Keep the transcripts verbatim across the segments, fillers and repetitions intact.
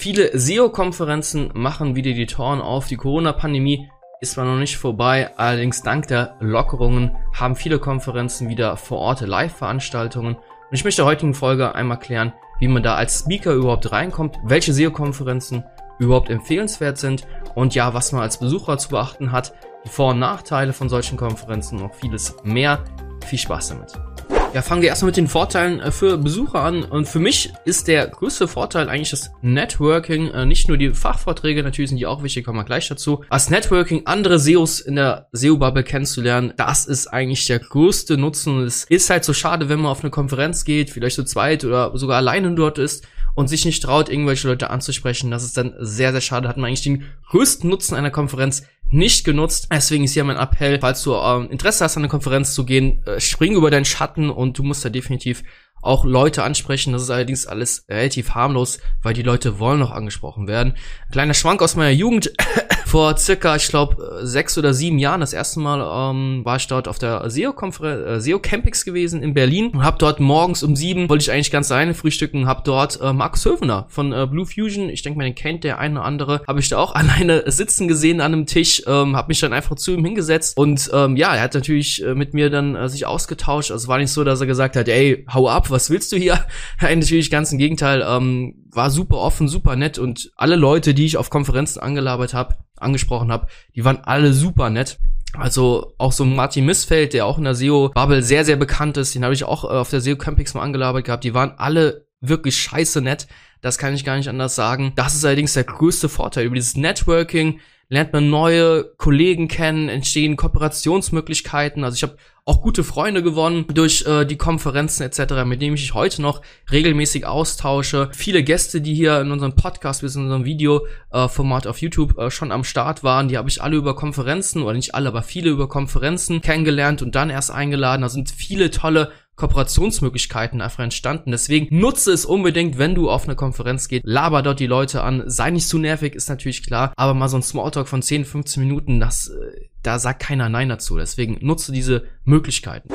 Viele S E O-Konferenzen machen wieder die Toren auf. Die Corona-Pandemie ist zwar noch nicht vorbei, allerdings dank der Lockerungen haben viele Konferenzen wieder vor Ort Live-Veranstaltungen. Und ich möchte in der heutigen Folge einmal klären, wie man da als Speaker überhaupt reinkommt, welche S E O-Konferenzen überhaupt empfehlenswert sind und ja, was man als Besucher zu beachten hat, die Vor- und Nachteile von solchen Konferenzen und noch vieles mehr. Viel Spaß damit. Ja, fangen wir erstmal mit den Vorteilen für Besucher an. Und für mich ist der größte Vorteil eigentlich das Networking. Nicht nur die Fachvorträge, natürlich sind die auch wichtig, kommen wir gleich dazu. Als Networking andere S E Os in der S E O-Bubble kennenzulernen, das ist eigentlich der größte Nutzen. Es ist halt so schade, wenn man auf eine Konferenz geht, vielleicht so zweit oder sogar alleine dort ist und sich nicht traut, irgendwelche Leute anzusprechen. Das ist dann sehr, sehr schade. Hat man eigentlich den größten Nutzen einer Konferenz nicht genutzt. Deswegen ist hier mein Appell, falls du ähm, Interesse hast, an eine Konferenz zu gehen, äh, spring über deinen Schatten und du musst da definitiv auch Leute ansprechen. Das ist allerdings alles relativ harmlos, weil die Leute wollen noch angesprochen werden. Ein kleiner Schwank aus meiner Jugend. Vor circa, ich glaube, sechs oder sieben Jahren, das erste Mal ähm, war ich dort auf der S E O-Konferenz, äh, S E O-Campix gewesen in Berlin und habe dort morgens um sieben, wollte ich eigentlich ganz alleine frühstücken, habe dort äh, Markus Höfner von äh, Blue Fusion, ich denke mal, den kennt der eine oder andere, habe ich da auch alleine sitzen gesehen an einem Tisch, ähm, habe mich dann einfach zu ihm hingesetzt und ähm, ja, er hat natürlich äh, mit mir dann äh, sich ausgetauscht. Also war nicht so, dass er gesagt hat, ey, hau ab, was willst du hier? Natürlich ganz im Gegenteil, ähm, war super offen, super nett und alle Leute, die ich auf Konferenzen angelabert habe, angesprochen habe, die waren alle super nett. Also auch so Martin Missfeld, der auch in der S E O-Bubble sehr, sehr bekannt ist, den habe ich auch äh, auf der S E O-Campix mal angelabert gehabt. Die waren alle wirklich scheiße nett. Das kann ich gar nicht anders sagen. Das ist allerdings der größte Vorteil. Über dieses Networking lernt man neue Kollegen kennen, entstehen Kooperationsmöglichkeiten. Also ich habe auch gute Freunde gewonnen durch äh, die Konferenzen et cetera, mit denen ich mich heute noch regelmäßig austausche. Viele Gäste, die hier in unserem Podcast bis in unserem Videoformat äh, auf YouTube äh, schon am Start waren, die habe ich alle über Konferenzen, oder nicht alle, aber viele über Konferenzen kennengelernt und dann erst eingeladen. Da sind viele tolle Kooperationsmöglichkeiten einfach entstanden. Deswegen nutze es unbedingt, wenn du auf eine Konferenz gehst. Laber dort die Leute an. Sei nicht zu nervig, ist natürlich klar. Aber mal so ein Smalltalk von zehn, fünfzehn Minuten, das, da sagt keiner Nein dazu. Deswegen nutze diese Möglichkeiten.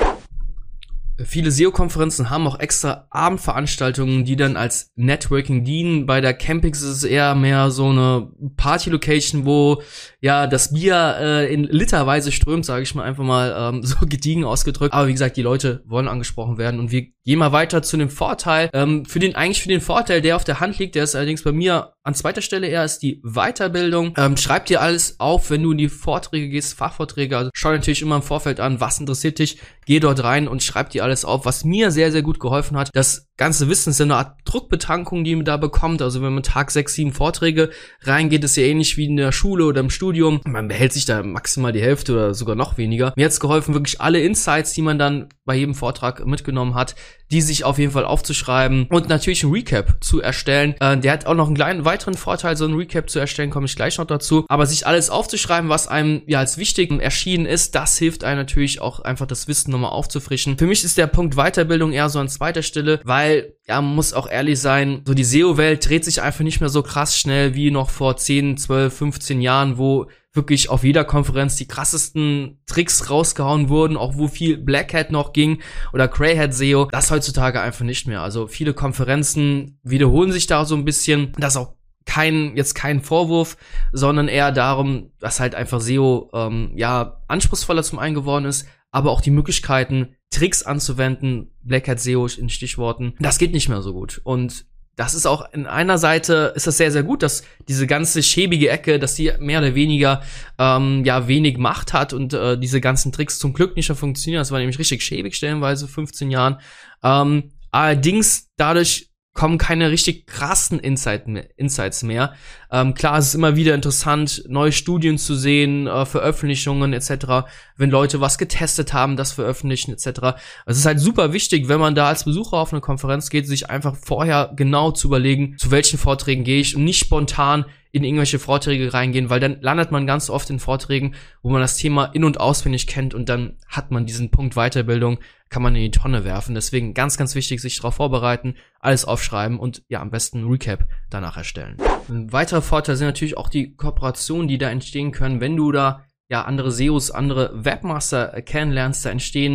Viele S E O-Konferenzen haben auch extra Abendveranstaltungen, die dann als Networking dienen. Bei der Campix ist es eher mehr so eine Party-Location, wo ja das Bier äh, in literweise strömt, sage ich mal einfach mal ähm, so gediegen ausgedrückt. Aber wie gesagt, die Leute wollen angesprochen werden. Und wir gehen mal weiter zu dem Vorteil. Ähm, für den eigentlich für den Vorteil, der auf der Hand liegt, der ist allerdings bei mir an zweiter Stelle eher, ist die Weiterbildung. Ähm, schreib dir alles auf, wenn du in die Vorträge gehst, Fachvorträge. Also schau natürlich immer im Vorfeld an, was interessiert dich. Geh dort rein und schreib dir alles auf. Was mir sehr, sehr gut geholfen hat, das ganze Wissen ist eine Art Druckbetankung, die man da bekommt. Also wenn man Tag sechs, sieben Vorträge reingeht, ist ja ähnlich wie in der Schule oder im Studium. Man behält sich da maximal die Hälfte oder sogar noch weniger. Mir hat's geholfen, wirklich alle Insights, die man dann bei jedem Vortrag mitgenommen hat, die sich auf jeden Fall aufzuschreiben und natürlich ein Recap zu erstellen. Äh, der hat auch noch einen kleinen weiteren Vorteil, so ein Recap zu erstellen, komme ich gleich noch dazu. Aber sich alles aufzuschreiben, was einem ja als wichtig erschienen ist, das hilft einem natürlich auch einfach das Wissen nochmal aufzufrischen. Für mich ist der Punkt Weiterbildung eher so an zweiter Stelle, weil, ja, man muss auch ehrlich sein, so die S E O-Welt dreht sich einfach nicht mehr so krass schnell wie noch vor zehn, zwölf, fünfzehn Jahren, wo wirklich auf jeder Konferenz die krassesten Tricks rausgehauen wurden, auch wo viel Black Hat noch ging oder Grey Hat S E O, das heutzutage einfach nicht mehr. Also viele Konferenzen wiederholen sich da so ein bisschen. Das ist auch kein, jetzt kein Vorwurf, sondern eher darum, dass halt einfach S E O, ähm, ja, anspruchsvoller zum einen geworden ist, aber auch die Möglichkeiten, Tricks anzuwenden, Black Hat S E O in Stichworten, das geht nicht mehr so gut. Und das ist auch in einer Seite ist das sehr, sehr gut, dass diese ganze schäbige Ecke, dass die mehr oder weniger ähm, ja wenig Macht hat und äh, diese ganzen Tricks zum Glück nicht mehr funktionieren. Das war nämlich richtig schäbig stellenweise, fünfzehn Jahren. Ähm, allerdings dadurch kommen keine richtig krassen Insight mehr, Insights mehr. Ähm, klar, es ist immer wieder interessant, neue Studien zu sehen, äh, Veröffentlichungen et cetera. Wenn Leute was getestet haben, das veröffentlichen et cetera. Es ist halt super wichtig, wenn man da als Besucher auf eine Konferenz geht, sich einfach vorher genau zu überlegen, zu welchen Vorträgen gehe ich und nicht spontan in irgendwelche Vorträge reingehen, weil dann landet man ganz oft in Vorträgen, wo man das Thema in- und auswendig kennt und dann hat man diesen Punkt Weiterbildung, kann man in die Tonne werfen. Deswegen ganz, ganz wichtig, sich darauf vorbereiten, alles aufschreiben und ja, am besten ein Recap danach erstellen. Ein weiterer Vorteil sind natürlich auch die Kooperationen, die da entstehen können, wenn du da ja andere S E Os, andere Webmaster kennenlernst. Da entstehen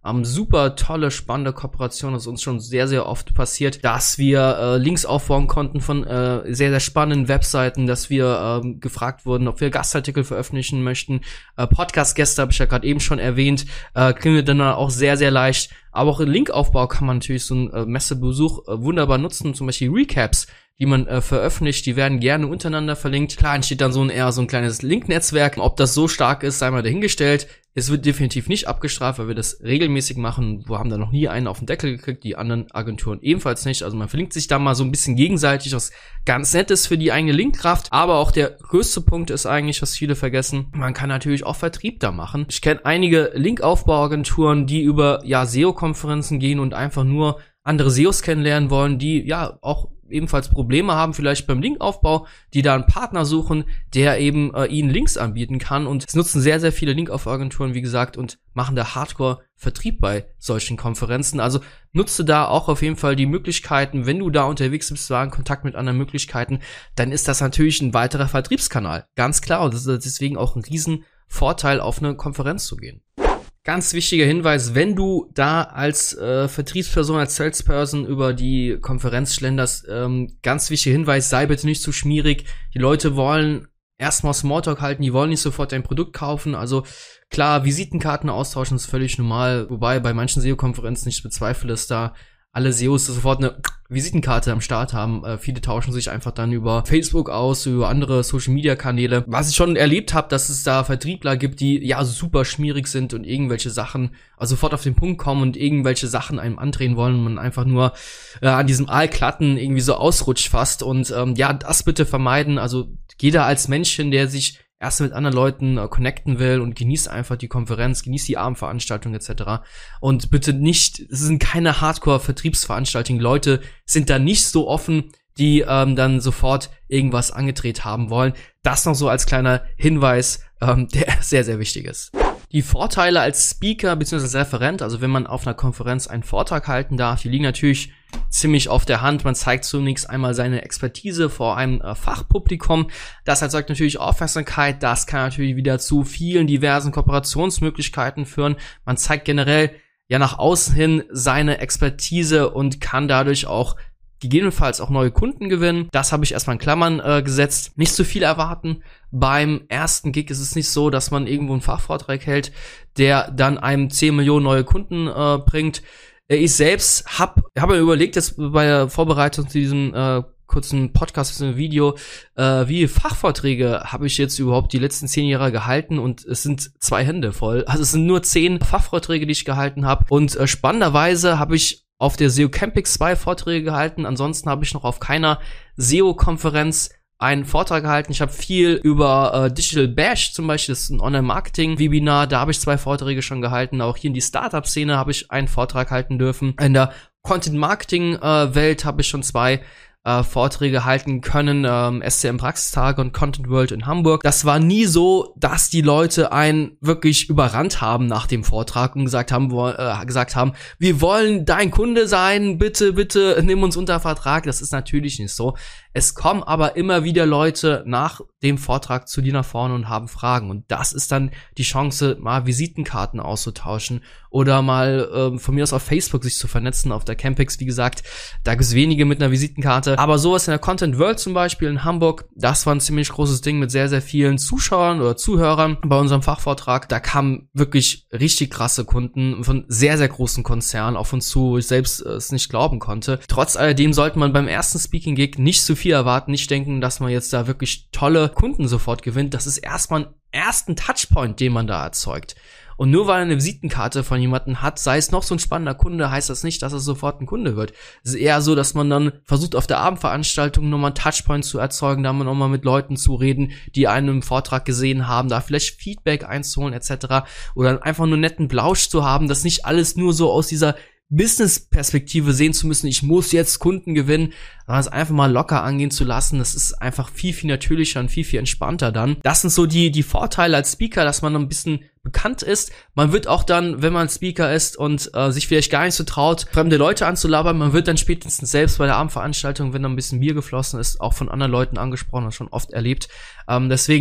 Ähm, super tolle, spannende Kooperation. Das ist uns schon sehr, sehr oft passiert, dass wir äh, Links aufbauen konnten von äh, sehr, sehr spannenden Webseiten, dass wir ähm, gefragt wurden, ob wir Gastartikel veröffentlichen möchten. Äh, Podcast-Gäste habe ich ja gerade eben schon erwähnt. Äh, kriegen wir dann auch sehr, sehr leicht. Aber auch im Linkaufbau kann man natürlich so einen äh, Messebesuch äh, wunderbar nutzen. Zum Beispiel Recaps, die man äh, veröffentlicht, die werden gerne untereinander verlinkt. Klar entsteht dann so ein eher so ein kleines Link-Netzwerk. Ob das so stark ist, sei mal dahingestellt. Es wird definitiv nicht abgestraft, weil wir das regelmäßig machen. Wir haben da noch nie einen auf den Deckel gekriegt, die anderen Agenturen ebenfalls nicht. Also man verlinkt sich da mal so ein bisschen gegenseitig, was ganz nett ist für die eigene Linkkraft. Aber auch der größte Punkt ist eigentlich, was viele vergessen, man kann natürlich auch Vertrieb da machen. Ich kenne einige Linkaufbauagenturen, die über ja S E O-Konferenzen gehen und einfach nur andere S E Os kennenlernen wollen, die ja auch ebenfalls Probleme haben, vielleicht beim Linkaufbau, die da einen Partner suchen, der eben äh, ihnen Links anbieten kann. Und es nutzen sehr, sehr viele Linkaufbauagenturen, wie gesagt, und machen da Hardcore-Vertrieb bei solchen Konferenzen. Also nutze da auch auf jeden Fall die Möglichkeiten, wenn du da unterwegs bist, war in Kontakt mit anderen Möglichkeiten, dann ist das natürlich ein weiterer Vertriebskanal. Ganz klar. Und das ist deswegen auch ein Riesenvorteil, auf eine Konferenz zu gehen. Ganz wichtiger Hinweis, wenn du da als äh, Vertriebsperson, als Salesperson über die Konferenz schlenderst, ähm, ganz wichtiger Hinweis, sei bitte nicht zu schmierig. Die Leute wollen erstmal Smalltalk halten, die wollen nicht sofort dein Produkt kaufen. Also klar, Visitenkarten austauschen ist völlig normal, wobei bei manchen S E O-Konferenzen ich bezweifle, dass da alle S E Os sofort eine Visitenkarte am Start haben. Äh, viele tauschen sich einfach dann über Facebook aus, über andere Social-Media-Kanäle. Was ich schon erlebt habe, dass es da Vertriebler gibt, die ja super schmierig sind und irgendwelche Sachen also sofort auf den Punkt kommen und irgendwelche Sachen einem andrehen wollen und man einfach nur äh, an diesem Aalklatten irgendwie so ausrutscht fast. Und ähm, ja, das bitte vermeiden. Also jeder als Mensch, der sich erst mit anderen Leuten äh, connecten will und genießt einfach die Konferenz, genießt die Abendveranstaltung et cetera. Und bitte nicht, es sind keine Hardcore-Vertriebsveranstaltungen. Leute sind da nicht so offen, die ähm, dann sofort irgendwas angedreht haben wollen. Das noch so als kleiner Hinweis, ähm, der sehr, sehr wichtig ist. Die Vorteile als Speaker bzw. Referent, also wenn man auf einer Konferenz einen Vortrag halten darf, die liegen natürlich ziemlich auf der Hand. Man zeigt zunächst einmal seine Expertise vor einem äh, Fachpublikum. Das erzeugt natürlich Aufmerksamkeit. Das kann natürlich wieder zu vielen diversen Kooperationsmöglichkeiten führen. Man zeigt generell ja nach außen hin seine Expertise und kann dadurch auch gegebenenfalls auch neue Kunden gewinnen. Das habe ich erstmal in Klammern äh, gesetzt. Nicht zu viel erwarten. Beim ersten Gig ist es nicht so, dass man irgendwo einen Fachvortrag hält, der dann einem zehn Millionen neue Kunden äh, bringt. Ich selbst habe hab mir überlegt, jetzt bei der Vorbereitung zu diesem äh, kurzen Podcast, zu diesem Video, äh, wie Fachvorträge habe ich jetzt überhaupt die letzten zehn Jahre gehalten, und es sind zwei Hände voll. Also es sind nur zehn Fachvorträge, die ich gehalten habe, und äh, spannenderweise habe ich auf der S E O Campix zwei Vorträge gehalten. Ansonsten habe ich noch auf keiner S E O-Konferenz einen Vortrag gehalten. Ich habe viel über äh, Digital Bash zum Beispiel, das ist ein Online-Marketing-Webinar, da habe ich zwei Vorträge schon gehalten. Auch hier in die Startup-Szene habe ich einen Vortrag halten dürfen. In der Content-Marketing-Welt äh, habe ich schon zwei Äh, Vorträge halten können, ähm, S C M-Praxistage und Content World in Hamburg. Das war nie so, dass die Leute einen wirklich überrannt haben nach dem Vortrag und gesagt haben, wo, äh, gesagt haben, wir wollen dein Kunde sein, bitte, bitte nimm uns unter Vertrag. Das ist natürlich nicht so. Es kommen aber immer wieder Leute nach dem Vortrag zu dir nach vorne und haben Fragen. Und das ist dann die Chance, mal Visitenkarten auszutauschen oder mal ähm, von mir aus auf Facebook sich zu vernetzen. Auf der Campix, wie gesagt, da gibt es wenige mit einer Visitenkarte. Aber sowas in der Content World zum Beispiel in Hamburg, das war ein ziemlich großes Ding mit sehr, sehr vielen Zuschauern oder Zuhörern bei unserem Fachvortrag. Da kamen wirklich richtig krasse Kunden von sehr, sehr großen Konzernen auf uns zu, wo ich selbst äh, es nicht glauben konnte. Trotz alledem sollte man beim ersten Speaking-Gig nicht so viel erwarten, nicht denken, dass man jetzt da wirklich tolle Kunden sofort gewinnt. Das ist erstmal ein ersten Touchpoint, den man da erzeugt. Und nur weil er eine Visitenkarte von jemandem hat, sei es noch so ein spannender Kunde, heißt das nicht, dass er sofort ein Kunde wird. Es ist eher so, dass man dann versucht, auf der Abendveranstaltung nochmal einen Touchpoint zu erzeugen, da mal nochmal mit Leuten zu reden, die einen im Vortrag gesehen haben, da vielleicht Feedback einzuholen et cetera. Oder einfach nur einen netten Plausch zu haben, dass nicht alles nur so aus dieser Business-Perspektive sehen zu müssen, ich muss jetzt Kunden gewinnen, sondern es einfach mal locker angehen zu lassen. Das ist einfach viel, viel natürlicher und viel, viel entspannter dann. Das sind so die die Vorteile als Speaker, dass man ein bisschen bekannt ist. Man wird auch dann, wenn man Speaker ist und äh, sich vielleicht gar nicht so traut, fremde Leute anzulabern, man wird dann spätestens selbst bei der Abendveranstaltung, wenn da ein bisschen Bier geflossen ist, auch von anderen Leuten angesprochen und schon oft erlebt. Ähm, deswegen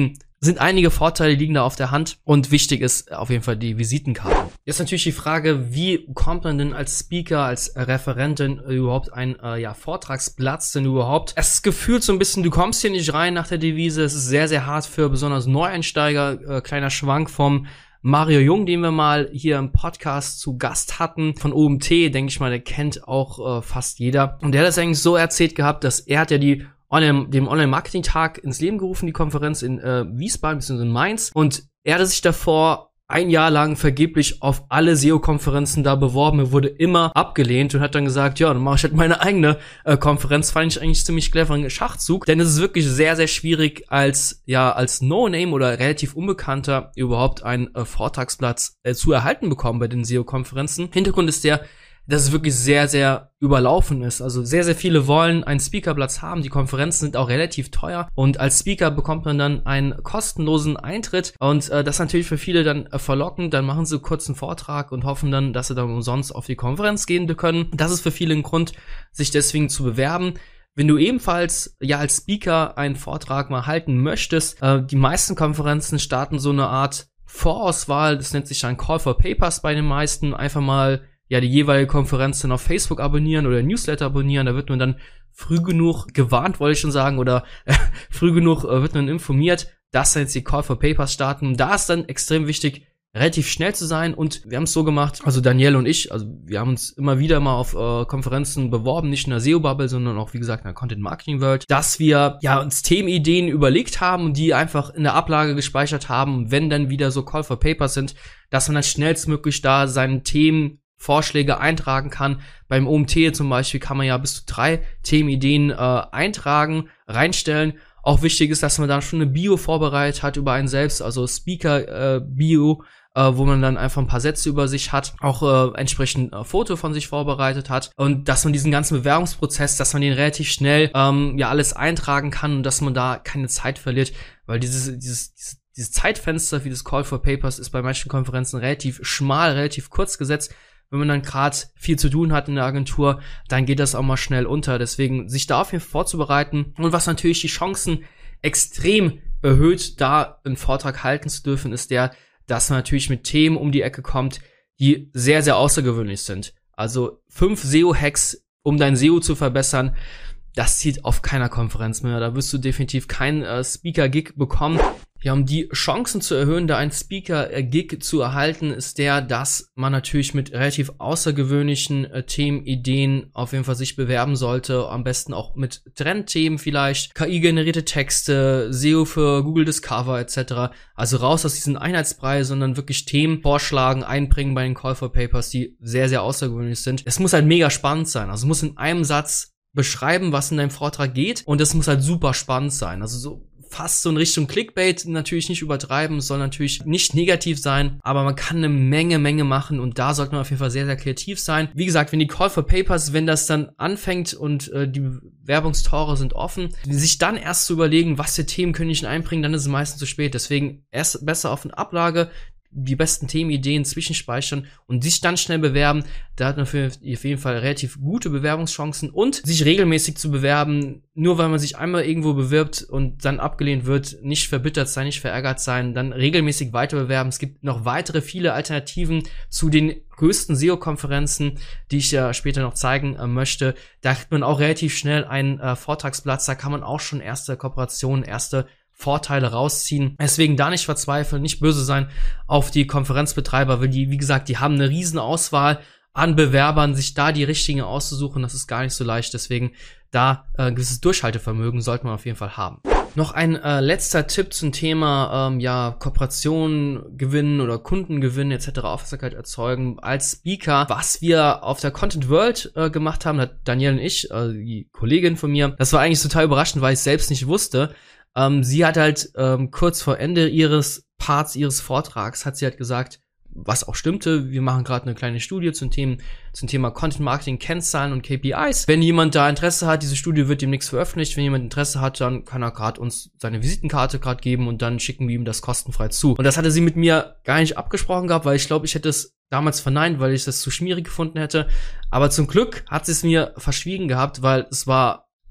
sind einige Vorteile, liegen da auf der Hand und wichtig ist auf jeden Fall die Visitenkarte. Jetzt natürlich die Frage, wie kommt man denn als Speaker, als Referentin überhaupt einen äh, ja, Vortragsplatz denn überhaupt? Es ist gefühlt so ein bisschen, du kommst hier nicht rein nach der Devise, es ist sehr, sehr hart für besonders Neueinsteiger, äh, kleiner Schwank vom Mario Jung, den wir mal hier im Podcast zu Gast hatten, von O M T, denke ich mal, der kennt auch äh, fast jeder. Und der hat das eigentlich so erzählt gehabt, dass er hat ja die Online, dem Online-Marketing-Tag ins Leben gerufen, die Konferenz in äh, Wiesbaden bzw. in Mainz. Und er hatte sich davor ein Jahr lang vergeblich auf alle S E O-Konferenzen da beworben. Er wurde immer abgelehnt und hat dann gesagt, ja, dann mache ich halt meine eigene äh, Konferenz. Fand ich eigentlich ziemlich cleveren Schachzug, denn es ist wirklich sehr, sehr schwierig, als ja als No-Name oder relativ Unbekannter überhaupt einen äh, Vortragsplatz äh, zu erhalten bekommen bei den S E O-Konferenzen. Hintergrund ist der, dass es wirklich sehr, sehr überlaufen ist. Also sehr, sehr viele wollen einen Speakerplatz haben. Die Konferenzen sind auch relativ teuer und als Speaker bekommt man dann einen kostenlosen Eintritt und äh, das ist natürlich für viele dann äh, verlockend. Dann machen sie kurz einen Vortrag und hoffen dann, dass sie dann umsonst auf die Konferenz gehen können. Das ist für viele ein Grund, sich deswegen zu bewerben. Wenn du ebenfalls ja als Speaker einen Vortrag mal halten möchtest, äh, die meisten Konferenzen starten so eine Art Vorauswahl. Das nennt sich dann Call for Papers bei den meisten. Einfach mal ja die jeweilige Konferenz dann auf Facebook abonnieren oder Newsletter abonnieren, da wird man dann früh genug gewarnt, wollte ich schon sagen, oder äh, früh genug äh, wird man informiert, dass dann jetzt die Call for Papers starten. Da ist dann extrem wichtig, relativ schnell zu sein und wir haben es so gemacht, also Danielle und ich, also wir haben uns immer wieder mal auf äh, Konferenzen beworben, nicht in der S E O-Bubble, sondern auch, wie gesagt, in der Content-Marketing-World, dass wir ja uns Themenideen überlegt haben und die einfach in der Ablage gespeichert haben und wenn dann wieder so Call for Papers sind, dass man dann schnellstmöglich da seinen Themen Vorschläge eintragen kann. Beim O M T zum Beispiel kann man ja bis zu drei Themenideen äh, eintragen, reinstellen. Auch wichtig ist, dass man da schon eine Bio vorbereitet hat über einen selbst, also Speaker-Bio, äh, äh, wo man dann einfach ein paar Sätze über sich hat, auch äh, entsprechend äh, Foto von sich vorbereitet hat und dass man diesen ganzen Bewerbungsprozess, dass man den relativ schnell ähm, ja alles eintragen kann und dass man da keine Zeit verliert, weil dieses, dieses, dieses dieses Zeitfenster wie das Call for Papers ist bei manchen Konferenzen relativ schmal, relativ kurz gesetzt. Wenn man dann gerade viel zu tun hat in der Agentur, dann geht das auch mal schnell unter. Deswegen sich da auf jeden Fall vorzubereiten. Und was natürlich die Chancen extrem erhöht, da einen Vortrag halten zu dürfen, ist der, dass man natürlich mit Themen um die Ecke kommt, die sehr, sehr außergewöhnlich sind. Also fünf S E O-Hacks, um dein S E O zu verbessern, das zieht auf keiner Konferenz mehr. Da wirst du definitiv keinen äh, Speaker-Gig bekommen. Ja, um die Chancen zu erhöhen, da einen Speaker-Gig zu erhalten, ist der, dass man natürlich mit relativ außergewöhnlichen äh, Themen, Ideen auf jeden Fall sich bewerben sollte. Am besten auch mit Trendthemen vielleicht, K I-generierte Texte, S E O für Google Discover et cetera. Also raus aus diesen Einheitsbrei, sondern wirklich Themen vorschlagen, einbringen bei den Call for Papers, die sehr, sehr außergewöhnlich sind. Es muss halt mega spannend sein. Also es muss in einem Satz beschreiben, was in deinem Vortrag geht und es muss halt super spannend sein. Also so fast so in Richtung Clickbait, natürlich nicht übertreiben, soll natürlich nicht negativ sein, aber man kann eine Menge, Menge machen und da sollte man auf jeden Fall sehr, sehr kreativ sein. Wie gesagt, wenn die Call for Papers, wenn das dann anfängt und äh, die Werbungstore sind offen, sich dann erst zu überlegen, was für Themen könnte ich denn einbringen, dann ist es meistens zu spät. Deswegen erst besser auf eine Ablage, die besten Themenideen zwischenspeichern und sich dann schnell bewerben. Da hat man für, auf jeden Fall relativ gute Bewerbungschancen und sich regelmäßig zu bewerben, nur weil man sich einmal irgendwo bewirbt und dann abgelehnt wird, nicht verbittert sein, nicht verärgert sein, dann regelmäßig weiter bewerben. Es gibt noch weitere viele Alternativen zu den größten S E O-Konferenzen, die ich ja später noch zeigen äh, möchte. Da kriegt man auch relativ schnell einen äh, Vortragsplatz, da kann man auch schon erste Kooperationen, erste Vorteile rausziehen. Deswegen da nicht verzweifeln, nicht böse sein auf die Konferenzbetreiber, weil die, wie gesagt, die haben eine riesen Auswahl an Bewerbern, sich da die richtigen auszusuchen, das ist gar nicht so leicht. Deswegen da äh, ein gewisses Durchhaltevermögen sollte man auf jeden Fall haben. Noch ein äh, letzter Tipp zum Thema ähm, ja Kooperation gewinnen oder Kunden gewinnen et cetera Aufmerksamkeit erzeugen als Speaker. Was wir auf der Content World äh, gemacht haben, hat Danielle und ich, äh, die Kollegin von mir, das war eigentlich total überraschend, weil ich es selbst nicht wusste. Ähm, sie hat halt ähm, kurz vor Ende ihres Parts, ihres Vortrags, hat sie halt gesagt, was auch stimmte, wir machen gerade eine kleine Studie zum Thema, zum Thema Content Marketing, Kennzahlen und K P Is. Wenn jemand da Interesse hat, diese Studie wird demnächst veröffentlicht. Wenn jemand Interesse hat, dann kann er gerade uns seine Visitenkarte gerade geben und dann schicken wir ihm das kostenfrei zu. Und das hatte sie mit mir gar nicht abgesprochen gehabt, weil ich glaube, ich hätte es damals verneint, weil ich das zu schmierig gefunden hätte. Aber zum Glück hat sie es mir verschwiegen gehabt, weil es war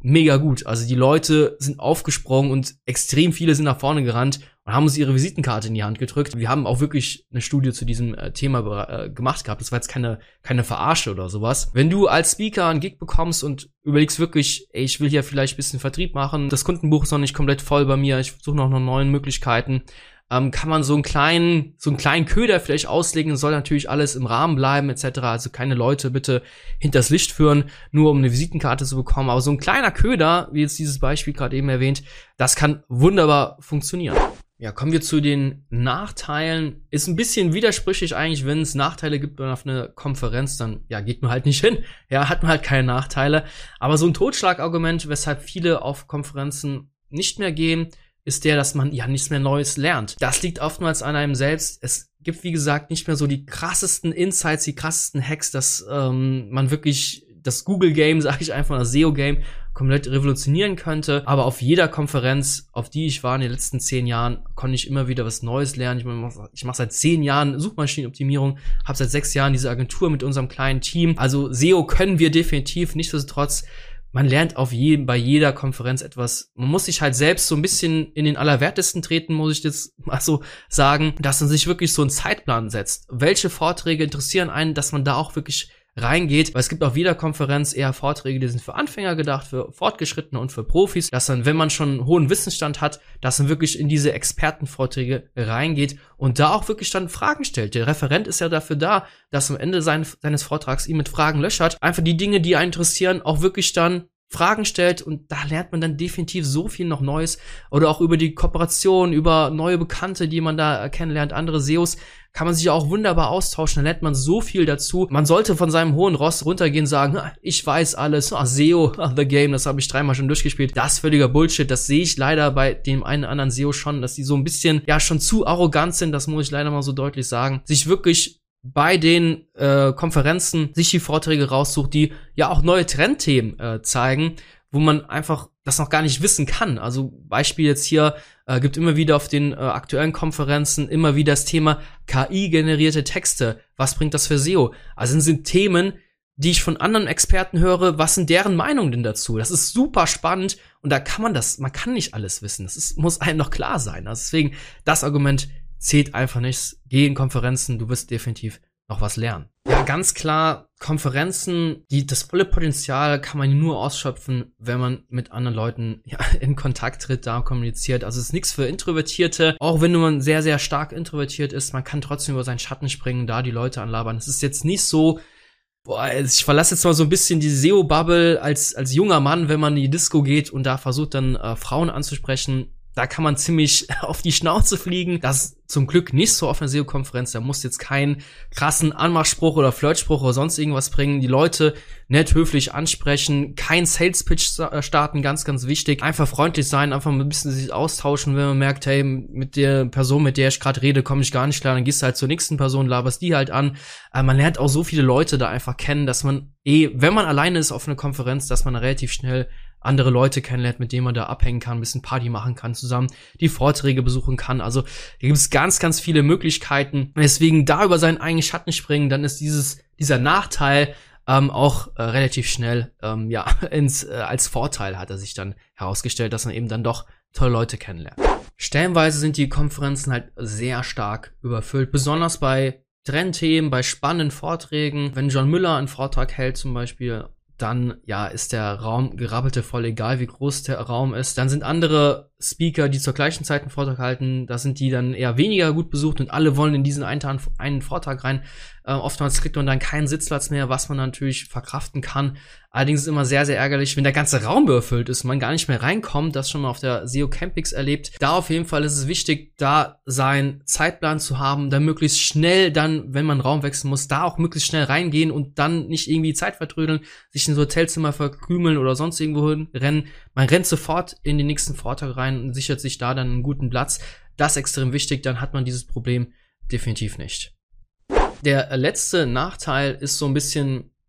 mega gut. Also die Leute sind aufgesprungen und extrem viele sind nach vorne gerannt und haben uns ihre Visitenkarte in die Hand gedrückt. Wir haben auch wirklich eine Studie zu diesem äh, Thema äh, gemacht gehabt. Das war jetzt keine keine Verarsche oder sowas. Wenn du als Speaker einen Gig bekommst und überlegst wirklich, ey, ich will hier vielleicht ein bisschen Vertrieb machen, das Kundenbuch ist noch nicht komplett voll bei mir, ich suche noch nach neuen Möglichkeiten, ähm, kann man so einen kleinen, so einen kleinen Köder vielleicht auslegen, soll natürlich alles im Rahmen bleiben, et cetera. Also keine Leute bitte hinters Licht führen, nur um eine Visitenkarte zu bekommen. Aber so ein kleiner Köder, wie jetzt dieses Beispiel gerade eben erwähnt, das kann wunderbar funktionieren. Ja, kommen wir zu den Nachteilen. Ist ein bisschen widersprüchlich eigentlich, wenn es Nachteile gibt auf einer Konferenz, dann ja geht man halt nicht hin. Ja, hat man halt keine Nachteile. Aber so ein Totschlagargument, weshalb viele auf Konferenzen nicht mehr gehen, ist der, dass man ja nichts mehr Neues lernt. Das liegt oftmals an einem selbst. Es gibt, wie gesagt, nicht mehr so die krassesten Insights, die krassesten Hacks, dass ähm, man wirklich das Google-Game, sage ich einfach, das S E O-Game komplett revolutionieren könnte. Aber auf jeder Konferenz, auf die ich war in den letzten zehn Jahren, konnte ich immer wieder was Neues lernen. Ich mache ich mach seit zehn Jahren Suchmaschinenoptimierung, habe seit sechs Jahren diese Agentur mit unserem kleinen Team. Also S E O können wir definitiv, nichtsdestotrotz, man lernt auf jedem, bei jeder Konferenz etwas. Man muss sich halt selbst so ein bisschen in den Allerwertesten treten, muss ich jetzt mal so sagen, dass man sich wirklich so einen Zeitplan setzt. Welche Vorträge interessieren einen, dass man da auch wirklich reingeht, weil es gibt auf jeder Konferenz eher Vorträge, die sind für Anfänger gedacht, für Fortgeschrittene und für Profis, dass dann, wenn man schon einen hohen Wissensstand hat, dass man wirklich in diese Expertenvorträge reingeht und da auch wirklich dann Fragen stellt. Der Referent ist ja dafür da, dass am Ende sein, seines Vortrags ihn mit Fragen löchert, einfach die Dinge, die einen interessieren, auch wirklich dann Fragen stellt und da lernt man dann definitiv so viel noch Neues oder auch über die Kooperation, über neue Bekannte, die man da kennenlernt, andere S E Os, kann man sich auch wunderbar austauschen, da lernt man so viel dazu. Man sollte von seinem hohen Ross runtergehen und sagen, ich weiß alles, ah, S E O, ah, The Game, das habe ich dreimal schon durchgespielt. Das ist völliger Bullshit, das sehe ich leider bei dem einen oder anderen S E O schon, dass die so ein bisschen, ja, schon zu arrogant sind, das muss ich leider mal so deutlich sagen, sich wirklich bei den äh, Konferenzen sich die Vorträge raussucht, die ja auch neue Trendthemen äh, zeigen, wo man einfach das noch gar nicht wissen kann. Also Beispiel jetzt hier, äh, gibt immer wieder auf den äh, aktuellen Konferenzen immer wieder das Thema K I-generierte Texte. Was bringt das für S E O? Also das sind Themen, die ich von anderen Experten höre, was sind deren Meinungen denn dazu? Das ist super spannend und da kann man das, man kann nicht alles wissen. Das ist, muss einem noch klar sein. Also deswegen, das Argument zählt einfach nichts. Geh in Konferenzen, du wirst definitiv noch was lernen. Ja, ganz klar, Konferenzen, die, das volle Potenzial kann man nur ausschöpfen, wenn man mit anderen Leuten ja, in Kontakt tritt, da kommuniziert. Also es ist nichts für Introvertierte. Auch wenn man sehr, sehr stark introvertiert ist, man kann trotzdem über seinen Schatten springen, da die Leute anlabern. Es ist jetzt nicht so, boah, ich verlasse jetzt mal so ein bisschen die S E O-Bubble als, als junger Mann, wenn man in die Disco geht und da versucht dann äh, Frauen anzusprechen. Da kann man ziemlich auf die Schnauze fliegen. Das ist zum Glück nicht so auf einer S E O-Konferenz. Da muss jetzt keinen krassen Anmachspruch oder Flirtspruch oder sonst irgendwas bringen. Die Leute nett, höflich ansprechen, kein Sales-Pitch starten, ganz, ganz wichtig. Einfach freundlich sein, einfach ein bisschen sich austauschen. Wenn man merkt, hey, mit der Person, mit der ich gerade rede, komme ich gar nicht klar, dann gehst du halt zur nächsten Person, laberst die halt an. Aber man lernt auch so viele Leute da einfach kennen, dass man eh, wenn man alleine ist auf einer Konferenz, dass man relativ schnell andere Leute kennenlernt, mit denen man da abhängen kann, ein bisschen Party machen kann zusammen, die Vorträge besuchen kann. Also hier gibt es ganz, ganz viele Möglichkeiten. Deswegen da über seinen eigenen Schatten springen, dann ist dieses dieser Nachteil ähm, auch äh, relativ schnell ähm, ja ins äh, als Vorteil hat er sich dann herausgestellt, dass man eben dann doch tolle Leute kennenlernt. Stellenweise sind die Konferenzen halt sehr stark überfüllt, besonders bei Trendthemen, bei spannenden Vorträgen. Wenn John Müller einen Vortrag hält zum Beispiel, dann, ja, ist der Raum gerabbelte voll, egal wie groß der Raum ist. Dann sind andere Speaker, die zur gleichen Zeit einen Vortrag halten, da sind die dann eher weniger gut besucht und alle wollen in diesen einen, einen Vortrag rein. Äh, oftmals kriegt man dann keinen Sitzplatz mehr, was man natürlich verkraften kann. Allerdings ist es immer sehr, sehr ärgerlich, wenn der ganze Raum überfüllt ist und man gar nicht mehr reinkommt. Das schon mal auf der S E O Campix erlebt. Da auf jeden Fall ist es wichtig, da seinen Zeitplan zu haben, dann möglichst schnell dann, wenn man Raum wechseln muss, da auch möglichst schnell reingehen und dann nicht irgendwie Zeit vertrödeln, sich ins Hotelzimmer verkrümeln oder sonst irgendwo hin rennen. Man rennt sofort in den nächsten Vortrag rein und sichert sich da dann einen guten Platz. Das ist extrem wichtig, dann hat man dieses Problem definitiv nicht. Der letzte Nachteil ist so ein bisschen,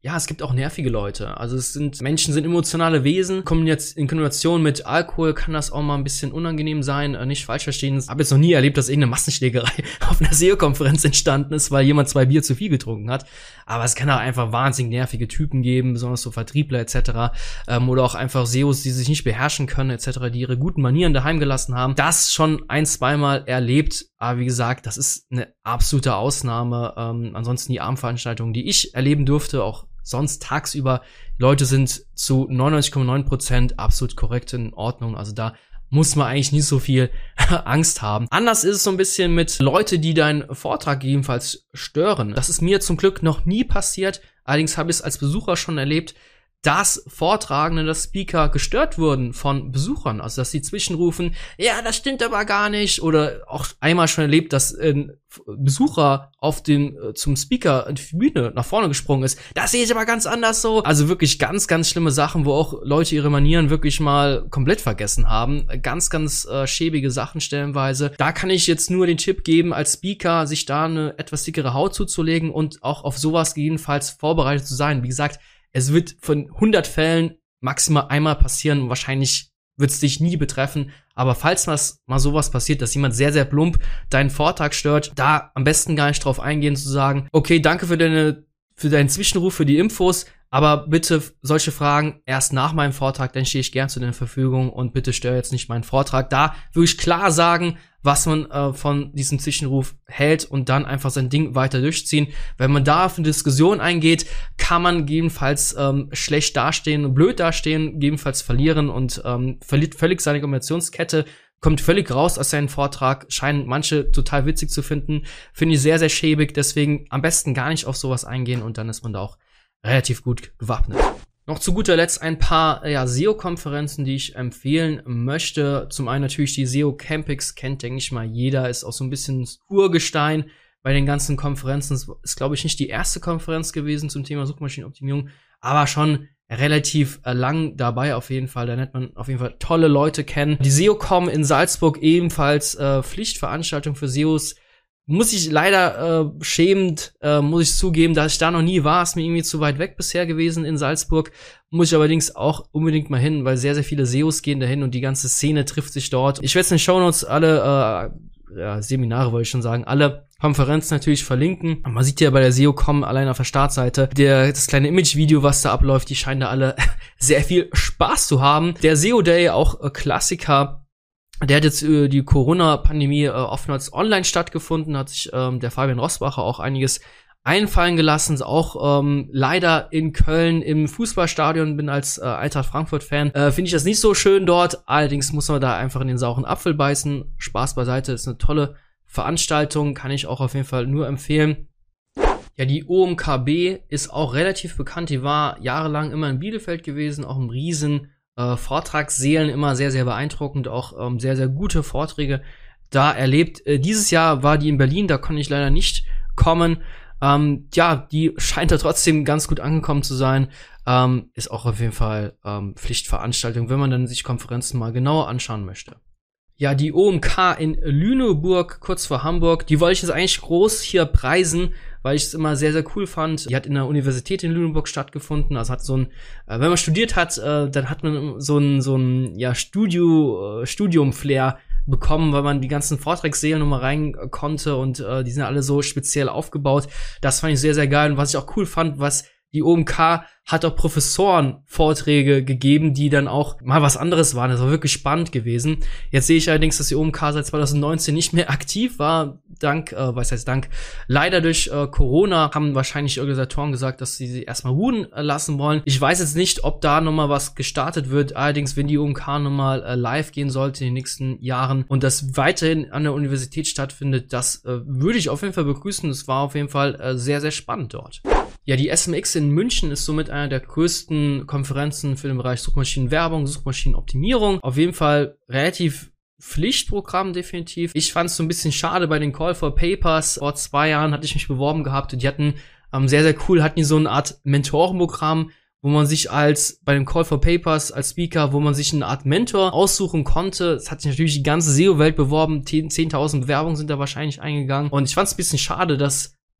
ja, es gibt auch nervige Leute. Also es sind, Menschen sind emotionale Wesen. Kommen jetzt in Kombination mit Alkohol kann das auch mal ein bisschen unangenehm sein. Äh, nicht falsch verstehen. Ich habe jetzt noch nie erlebt, dass irgendeine Massenschlägerei auf einer S E O-Konferenz entstanden ist, weil jemand zwei Bier zu viel getrunken hat. Aber es kann auch einfach wahnsinnig nervige Typen geben, besonders so Vertriebler et cetera. Ähm, oder auch einfach S E Os, die sich nicht beherrschen können et cetera, die ihre guten Manieren daheim gelassen haben. Das schon ein, zweimal erlebt. Aber wie gesagt, das ist eine absolute Ausnahme. Ähm, ansonsten die Abendveranstaltungen, die ich erleben durfte, auch sonst tagsüber, Leute sind zu neunundneunzig Komma neun Prozent absolut korrekt in Ordnung. Also da muss man eigentlich nicht so viel Angst haben. Anders ist es so ein bisschen mit Leute, die deinen Vortrag gegebenenfalls stören. Das ist mir zum Glück noch nie passiert. Allerdings habe ich es als Besucher schon erlebt, dass Vortragende, dass Speaker gestört wurden von Besuchern. Also, dass sie zwischenrufen, ja, das stimmt aber gar nicht. Oder auch einmal schon erlebt, dass ein Besucher auf den, zum Speaker in die Bühne nach vorne gesprungen ist. Das sehe ich aber ganz anders so. Also wirklich ganz, ganz schlimme Sachen, wo auch Leute ihre Manieren wirklich mal komplett vergessen haben. Ganz, ganz äh, schäbige Sachen stellenweise. Da kann ich jetzt nur den Tipp geben, als Speaker sich da eine etwas dickere Haut zuzulegen und auch auf sowas jedenfalls vorbereitet zu sein. Wie gesagt, es wird von hundert Fällen maximal einmal passieren. Wahrscheinlich wird es dich nie betreffen. Aber falls was, mal sowas passiert, dass jemand sehr, sehr plump deinen Vortrag stört, da am besten gar nicht drauf eingehen, zu sagen, okay, danke für deine, für deinen Zwischenruf, für die Infos, aber bitte solche Fragen erst nach meinem Vortrag, dann stehe ich gern zu deiner Verfügung und bitte störe jetzt nicht meinen Vortrag. Da würde ich klar sagen, was man äh, von diesem Zwischenruf hält und dann einfach sein Ding weiter durchziehen. Wenn man da auf eine Diskussion eingeht, kann man gegebenenfalls ähm, schlecht dastehen und blöd dastehen, gegebenenfalls verlieren und ähm, verliert völlig seine Kommunikationskette, kommt völlig raus aus seinem Vortrag, scheinen manche total witzig zu finden, finde ich sehr, sehr schäbig, deswegen am besten gar nicht auf sowas eingehen und dann ist man da auch relativ gut gewappnet. Noch zu guter Letzt ein paar ja, S E O-Konferenzen, die ich empfehlen möchte. Zum einen natürlich die S E O Campix, kennt, denke ich mal, jeder, ist auch so ein bisschen das Urgestein bei den ganzen Konferenzen. Es ist, glaube ich, nicht die erste Konferenz gewesen zum Thema Suchmaschinenoptimierung, aber schon relativ äh, lang dabei auf jeden Fall. Da lernt man auf jeden Fall tolle Leute kennen. Die S E O-Com in Salzburg ebenfalls äh, Pflichtveranstaltung für S E Os. Muss ich leider äh, schämend, äh, muss ich zugeben, dass ich da noch nie war, ist mir irgendwie zu weit weg bisher gewesen in Salzburg. Muss ich allerdings auch unbedingt mal hin, weil sehr, sehr viele S E Os gehen dahin und die ganze Szene trifft sich dort. Ich werde in den Shownotes alle äh, ja, Seminare, wollte ich schon sagen, alle Konferenzen natürlich verlinken. Man sieht ja bei der S E O-Com allein auf der Startseite der, das kleine Image-Video, was da abläuft, die scheinen da alle sehr viel Spaß zu haben. Der S E O-Day, auch äh, Klassiker. Der hat jetzt äh, die Corona-Pandemie äh, oftmals online stattgefunden, hat sich ähm, der Fabian Rossbacher auch einiges einfallen gelassen, auch ähm, leider in Köln im Fußballstadion, bin als äh, Eintracht Frankfurt-Fan, äh, finde ich das nicht so schön dort, allerdings muss man da einfach in den sauren Apfel beißen. Spaß beiseite, ist eine tolle Veranstaltung, kann ich auch auf jeden Fall nur empfehlen. Ja, die O M K B ist auch relativ bekannt, die war jahrelang immer in Bielefeld gewesen, auch im riesen Äh, Vortragssälen, immer sehr, sehr beeindruckend, auch ähm, sehr, sehr gute Vorträge da erlebt. Äh, dieses Jahr war die in Berlin, da konnte ich leider nicht kommen. Ähm, ja, die scheint da trotzdem ganz gut angekommen zu sein. Ähm, ist auch auf jeden Fall ähm, Pflichtveranstaltung, wenn man dann sich Konferenzen mal genauer anschauen möchte. Ja, die O M K in Lüneburg, kurz vor Hamburg, die wollte ich jetzt eigentlich groß hier preisen, weil ich es immer sehr, sehr cool fand. Die hat in der Universität in Lüneburg stattgefunden, also hat so ein, äh, wenn man studiert hat, äh, dann hat man so ein, so ein, ja, Studio, äh, Studium-Flair bekommen, weil man die ganzen Vortragssäle nochmal rein konnte und äh, die sind alle so speziell aufgebaut. Das fand ich sehr, sehr geil und was ich auch cool fand, was die O M K hat auch Professoren-Vorträge gegeben, die dann auch mal was anderes waren. Das war wirklich spannend gewesen. Jetzt sehe ich allerdings, dass die O M K seit zwanzig neunzehn nicht mehr aktiv war. Dank, äh, was heißt Dank? Leider durch äh, Corona haben wahrscheinlich die Organisatoren gesagt, dass sie sie erstmal ruhen äh, lassen wollen. Ich weiß jetzt nicht, ob da nochmal was gestartet wird. Allerdings, wenn die O M K nochmal äh, live gehen sollte in den nächsten Jahren und das weiterhin an der Universität stattfindet, das äh, würde ich auf jeden Fall begrüßen. Es war auf jeden Fall äh, sehr, sehr spannend dort. Ja, die S M X in München ist somit einer der größten Konferenzen für den Bereich Suchmaschinenwerbung, Suchmaschinenoptimierung. Auf jeden Fall relativ Pflichtprogramm definitiv. Ich fand es so ein bisschen schade bei den Call for Papers. Vor zwei Jahren hatte ich mich beworben gehabt und die hatten ähm, sehr, sehr cool, hatten die so eine Art Mentorenprogramm, wo man sich als, bei den Call for Papers als Speaker, wo man sich eine Art Mentor aussuchen konnte. Es hat sich natürlich die ganze S E O-Welt beworben. zehntausend Bewerbungen sind da wahrscheinlich eingegangen. Und ich fand es ein bisschen schade, dass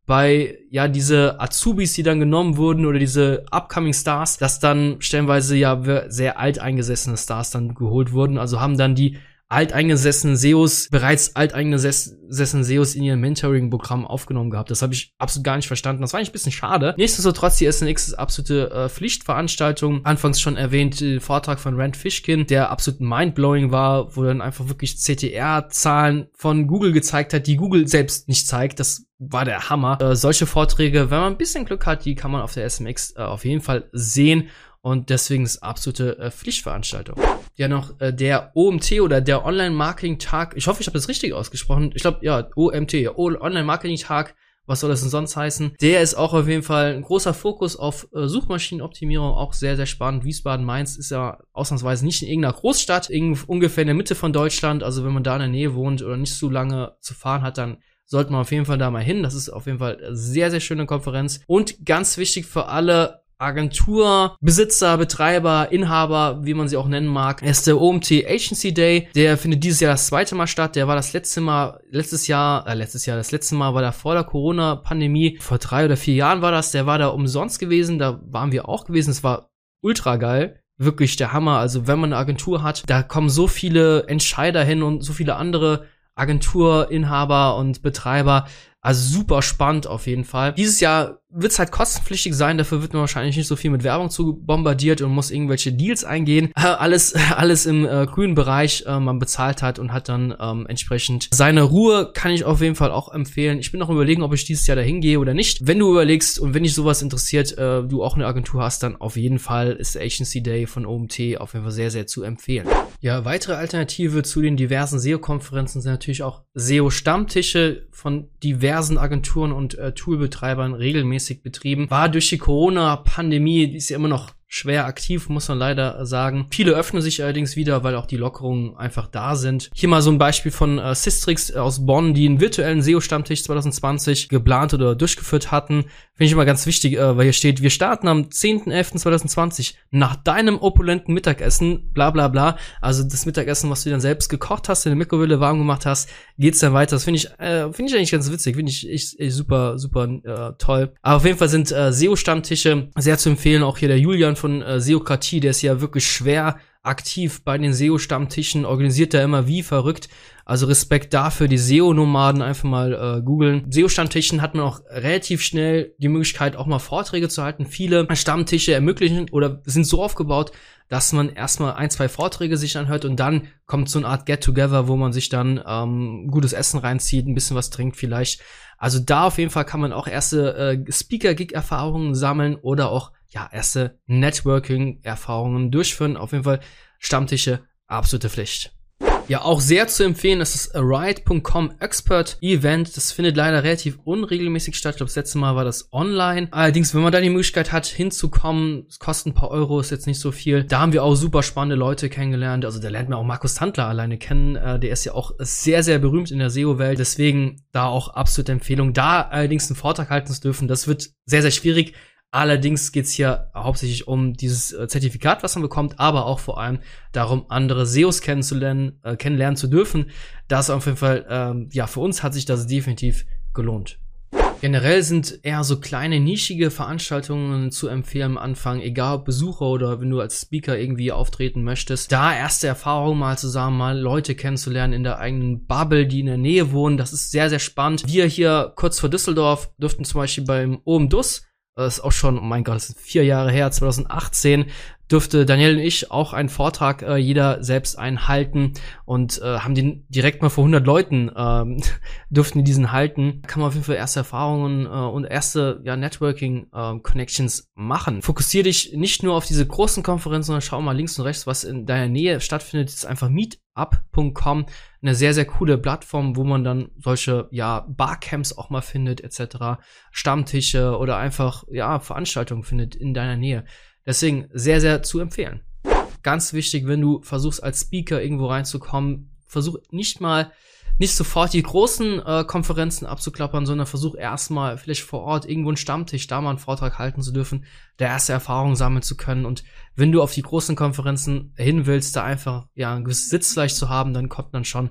bei, ja, diese Azubis, die dann genommen wurden oder diese upcoming Stars, dass dann stellenweise ja sehr alteingesessene Stars dann geholt wurden. Also haben dann die alteingesessenen S E Os, bereits alteingesessenen S E Os in ihrem Mentoring-Programm aufgenommen gehabt. Das habe ich absolut gar nicht verstanden. Das war eigentlich ein bisschen schade. Nichtsdestotrotz, die S N X ist absolute äh, Pflichtveranstaltung. Anfangs schon erwähnt, den Vortrag von Rand Fishkin, der absolut mindblowing war, wo dann einfach wirklich C T R-Zahlen von Google gezeigt hat, die Google selbst nicht zeigt. Das war der Hammer. Äh, solche Vorträge, wenn man ein bisschen Glück hat, die kann man auf der S M X äh, auf jeden Fall sehen. Und deswegen ist absolute äh, Pflichtveranstaltung. Ja, noch äh, der O M T oder der Online-Marketing-Tag. Ich hoffe, ich habe das richtig ausgesprochen. Ich glaube, ja, O M T, ja, Online-Marketing-Tag. Was soll das denn sonst heißen? Der ist auch auf jeden Fall ein großer Fokus auf äh, Suchmaschinenoptimierung. Auch sehr, sehr spannend. Wiesbaden-Mainz ist ja ausnahmsweise nicht in irgendeiner Großstadt. Irgend, ungefähr in der Mitte von Deutschland. Also wenn man da in der Nähe wohnt oder nicht so lange zu fahren hat, dann sollte man auf jeden Fall da mal hin. Das ist auf jeden Fall eine sehr, sehr schöne Konferenz. Und ganz wichtig für alle Agentur, Besitzer, Betreiber, Inhaber, wie man sie auch nennen mag, ist der O M T Agency Day. Der findet dieses Jahr das zweite Mal statt. Der war das letzte Mal, letztes Jahr, äh, letztes Jahr, das letzte Mal war da vor der Corona-Pandemie. Vor drei oder vier Jahren war das. Der war da umsonst gewesen. Da waren wir auch gewesen. Es war ultra geil. Wirklich der Hammer. Also wenn man eine Agentur hat, da kommen so viele Entscheider hin und so viele andere Agenturinhaber und Betreiber. Also super spannend auf jeden Fall. Dieses Jahr wird es halt kostenpflichtig sein, dafür wird man wahrscheinlich nicht so viel mit Werbung zu bombardiert und muss irgendwelche Deals eingehen. Äh, alles alles im äh, grünen Bereich, äh, man bezahlt hat und hat dann ähm, entsprechend seine Ruhe, kann ich auf jeden Fall auch empfehlen. Ich bin noch überlegen, ob ich dieses Jahr dahin gehe oder nicht. Wenn du überlegst und wenn dich sowas interessiert, äh, du auch eine Agentur hast, dann auf jeden Fall ist der Agency Day von O M T auf jeden Fall sehr, sehr zu empfehlen. Ja, weitere Alternative zu den diversen S E O-Konferenzen sind natürlich auch S E O-Stammtische von diversen Agenturen und äh, Toolbetreibern regelmäßig betrieben. War durch die Corona-Pandemie, die ist ja immer noch schwer aktiv, muss man leider sagen. Viele öffnen sich allerdings wieder, weil auch die Lockerungen einfach da sind. Hier mal so ein Beispiel von äh, Sistrix aus Bonn, die einen virtuellen S E O-Stammtisch zwanzig zwanzig geplant oder durchgeführt hatten. Finde ich immer ganz wichtig, äh, weil hier steht, wir starten am zehnten elften zweitausendzwanzig nach deinem opulenten Mittagessen, bla bla bla. Also das Mittagessen, was du dann selbst gekocht hast, in der Mikrowelle warm gemacht hast, geht's dann weiter. Das finde ich äh, finde ich eigentlich ganz witzig, finde ich, ich, ich super, super äh, toll. Aber auf jeden Fall sind äh, S E O-Stammtische sehr zu empfehlen. Auch hier der Julian von äh, Seokratie, der ist ja wirklich schwer aktiv bei den S E O-Stammtischen, organisiert da immer wie verrückt. Also Respekt dafür, die S E O-Nomaden einfach mal äh, googeln. S E O-Stammtischen hat man auch relativ schnell die Möglichkeit, auch mal Vorträge zu halten. Viele Stammtische ermöglichen oder sind so aufgebaut, dass man erstmal ein, zwei Vorträge sich anhört und dann kommt so eine Art Get-Together, wo man sich dann ähm, gutes Essen reinzieht, ein bisschen was trinkt vielleicht. Also da auf jeden Fall kann man auch erste äh, Speaker-Gig-Erfahrungen sammeln oder auch ja erste Networking-Erfahrungen durchführen. Auf jeden Fall Stammtische, absolute Pflicht. Ja, auch sehr zu empfehlen ist das Ride Punkt com Expert Event. Das findet leider relativ unregelmäßig statt. Ich glaube, das letzte Mal war das online. Allerdings, wenn man da die Möglichkeit hat, hinzukommen, es kostet ein paar Euro, ist jetzt nicht so viel. Da haben wir auch super spannende Leute kennengelernt. Also da lernt man auch Markus Tandler alleine kennen. Äh, der ist ja auch sehr, sehr berühmt in der S E O-Welt. Deswegen da auch absolute Empfehlung. Da allerdings einen Vortrag halten zu dürfen, das wird sehr, sehr schwierig. Allerdings geht's hier hauptsächlich um dieses äh, Zertifikat, was man bekommt, aber auch vor allem darum, andere S E Os kennenzulernen, äh, kennenlernen zu dürfen. Das auf jeden Fall, ähm, ja, für uns hat sich das definitiv gelohnt. Generell sind eher so kleine, nischige Veranstaltungen zu empfehlen am Anfang, egal ob Besucher oder wenn du als Speaker irgendwie auftreten möchtest. Da erste Erfahrungen mal zusammen, mal Leute kennenzulernen in der eigenen Bubble, die in der Nähe wohnen, das ist sehr, sehr spannend. Wir hier kurz vor Düsseldorf durften zum Beispiel beim O M D U S, das ist auch schon, oh mein Gott, das ist vier Jahre her, zwanzig achtzehn, dürfte Daniel und ich auch einen Vortrag, äh, jeder selbst einen halten und äh, haben den direkt mal vor hundert Leuten, ähm, durften die diesen halten. Kann man auf jeden Fall erste Erfahrungen äh, und erste ja, Networking-Connections äh, machen. Fokussier dich nicht nur auf diese großen Konferenzen, sondern schau mal links und rechts, was in deiner Nähe stattfindet. Das ist einfach Meetup Punkt com, eine sehr, sehr coole Plattform, wo man dann solche, ja, Barcamps auch mal findet, et cetera, Stammtische oder einfach, ja, Veranstaltungen findet in deiner Nähe. Deswegen sehr, sehr zu empfehlen. Ganz wichtig, wenn du versuchst, als Speaker irgendwo reinzukommen, versuch nicht mal, nicht sofort die großen äh, Konferenzen abzuklappern, sondern versuch erstmal vielleicht vor Ort irgendwo einen Stammtisch, da mal einen Vortrag halten zu dürfen, da erste Erfahrungen sammeln zu können. Und wenn du auf die großen Konferenzen hin willst, da einfach ja ein gewisses Sitzfleisch zu haben, dann kommt man schon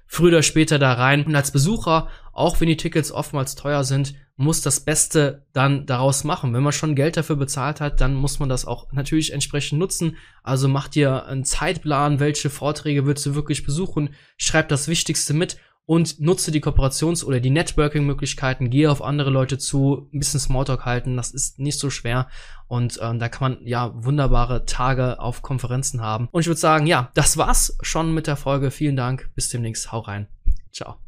früher oder später da rein. Und als Besucher, auch wenn die Tickets oftmals teuer sind, muss das Beste dann daraus machen. Wenn man schon Geld dafür bezahlt hat, dann muss man das auch natürlich entsprechend nutzen. Also mach dir einen Zeitplan, welche Vorträge willst du wirklich besuchen, schreib das Wichtigste mit und nutze die Kooperations- oder die Networking-Möglichkeiten, gehe auf andere Leute zu, ein bisschen Smalltalk halten, das ist nicht so schwer und ähm, da kann man ja wunderbare Tage auf Konferenzen haben. Und ich würde sagen, ja, das war's schon mit der Folge. Vielen Dank, bis demnächst, hau rein, ciao.